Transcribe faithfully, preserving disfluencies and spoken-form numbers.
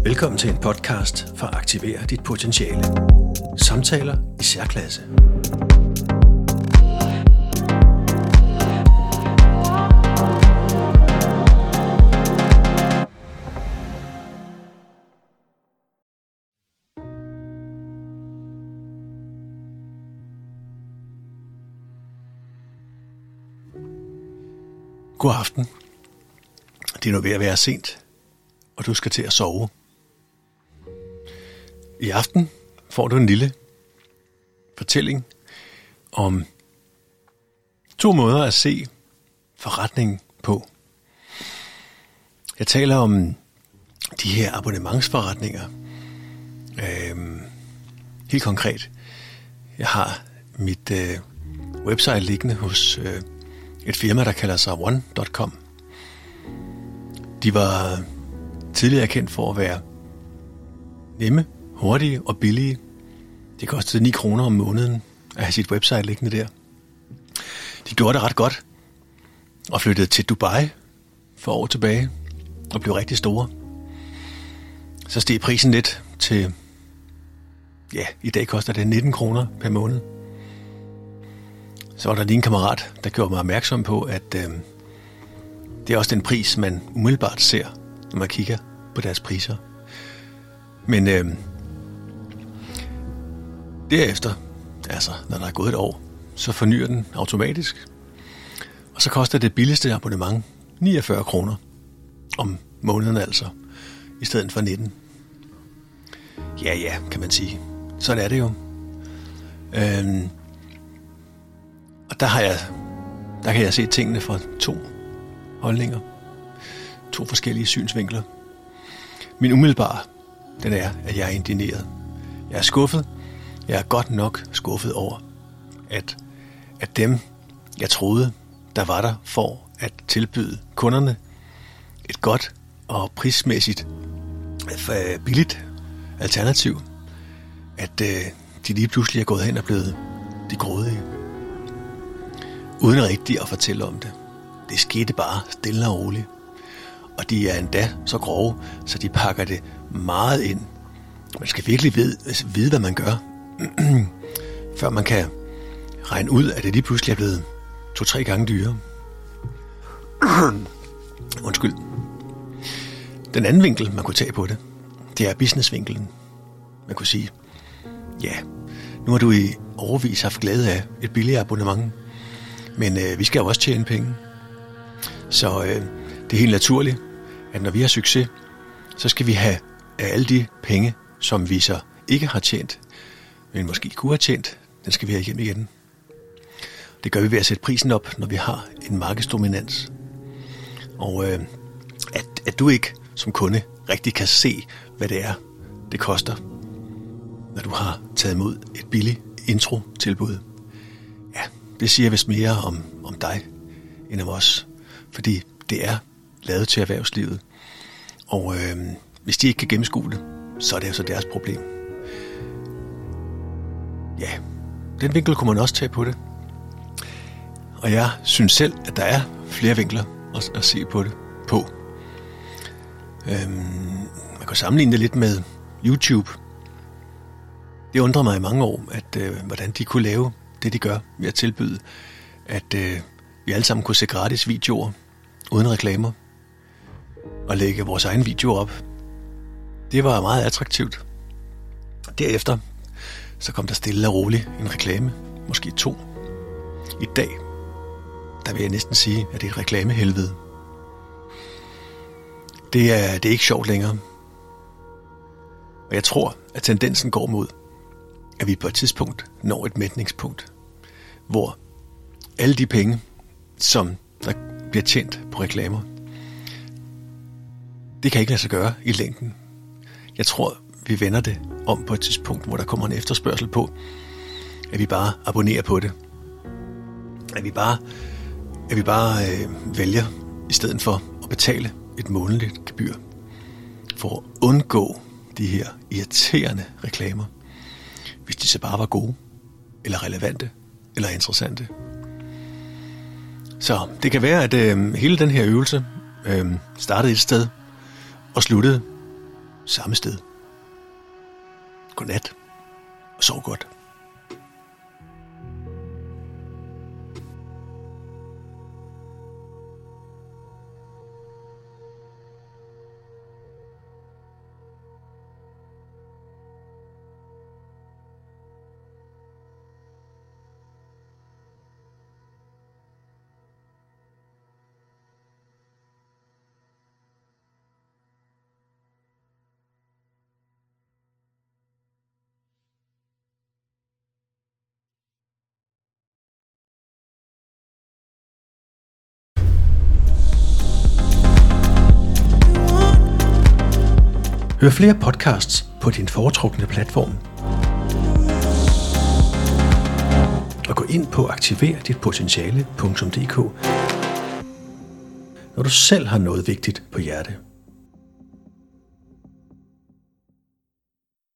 Velkommen til en podcast for at aktivere dit potentiale. Samtaler i særklasse. God aften. Det er nu ved at være sent, og du skal til at sove. I aften får du en lille fortælling om to måder at se forretningen på. Jeg taler om de her abonnementsforretninger. Øhm, helt konkret. Jeg har mit øh, website liggende hos øh, et firma, der kalder sig one punktum com. De var tidligere kendt for at være nemme, hurtige og billige. Det kostede ni kroner om måneden at have sit website liggende der. De gjorde det ret godt og flyttede til Dubai for år tilbage og blev rigtig store. Så steg prisen lidt til, ja, i dag koster det nitten kroner per måned. Så var der lige en kammerat, der gjorde mig opmærksom på, at øh, det er også den pris, man umiddelbart ser, når man kigger på deres priser. Men øh, derefter, altså når der er gået et år, så fornyer den automatisk. Og så koster det billigste abonnement niogfyrre kroner om måneden altså, i stedet for nitten. Ja, ja, kan man sige. Sådan er det jo. Øhm, og der har jeg, der kan jeg se tingene fra to holdninger. To forskellige synsvinkler. Min umiddelbare, den er, at jeg er indigneret. Jeg er skuffet. Jeg er godt nok skuffet over, at, at dem, jeg troede, der var der for at tilbyde kunderne et godt og prismæssigt billigt alternativ, at øh, de lige pludselig er gået hen og blevet de grådige. Uden rigtig at fortælle om det. Det skete bare stille og roligt. Og de er endda så grove, så de pakker det meget ind. Man skal virkelig vide, vide hvad man gør, før man kan regne ud, at det lige pludselig er blevet to-tre gange dyrere. Undskyld. Den anden vinkel, man kunne tage på det, det er businessvinkelen. Man kunne sige, ja, nu har du i årevis haft glæde af et billigere abonnement, men øh, vi skal jo også tjene penge. Så øh, det er helt naturligt, at når vi har succes, så skal vi have alle de penge, som vi så ikke har tjent, men måske kunne have tjent, den skal vi have hjem igen. Det gør vi ved at sætte prisen op, når vi har en markedsdominans. Og øh, at, at du ikke som kunde rigtig kan se, hvad det er, det koster, når du har taget imod et billigt intro-tilbud. Ja, det siger vist mere om, om dig end om os, fordi det er lavet til erhvervslivet. Og øh, hvis de ikke kan gennemskue det, så er det altså deres problem. Ja, den vinkel kunne man også tage på det. Og jeg synes selv, at der er flere vinkler at, at se på det på. Øhm, man kan sammenligne det lidt med YouTube. Det undrer mig i mange år, at øh, hvordan de kunne lave det, de gør ved at tilbyde, at øh, vi alle sammen kunne se gratis videoer uden reklamer og lægge vores egen video op. Det var meget attraktivt. Derefter så kom der stille og roligt en reklame, måske to. I dag, der vil jeg næsten sige, at det er et reklamehelvede. Det er, det er ikke sjovt længere. Og jeg tror, at tendensen går mod, at vi på et tidspunkt når et mætningspunkt, hvor alle de penge, som der bliver tjent på reklamer, det kan ikke lade sig gøre i længden. Jeg tror, vi vender det om på et tidspunkt, hvor der kommer en efterspørgsel på, at vi bare abonnerer på det. At vi bare, at vi bare øh, vælger, i stedet for at betale et månedligt gebyr, for at undgå de her irriterende reklamer, hvis de så bare var gode, eller relevante, eller interessante. Så det kan være, at øh, hele den her øvelse øh, startede et sted og sluttede samme sted. Godnat og sov godt. Hør flere podcasts på din foretrukne platform. Og gå ind på aktiver dit potentiale punktum d k, når du selv har noget vigtigt på hjerte.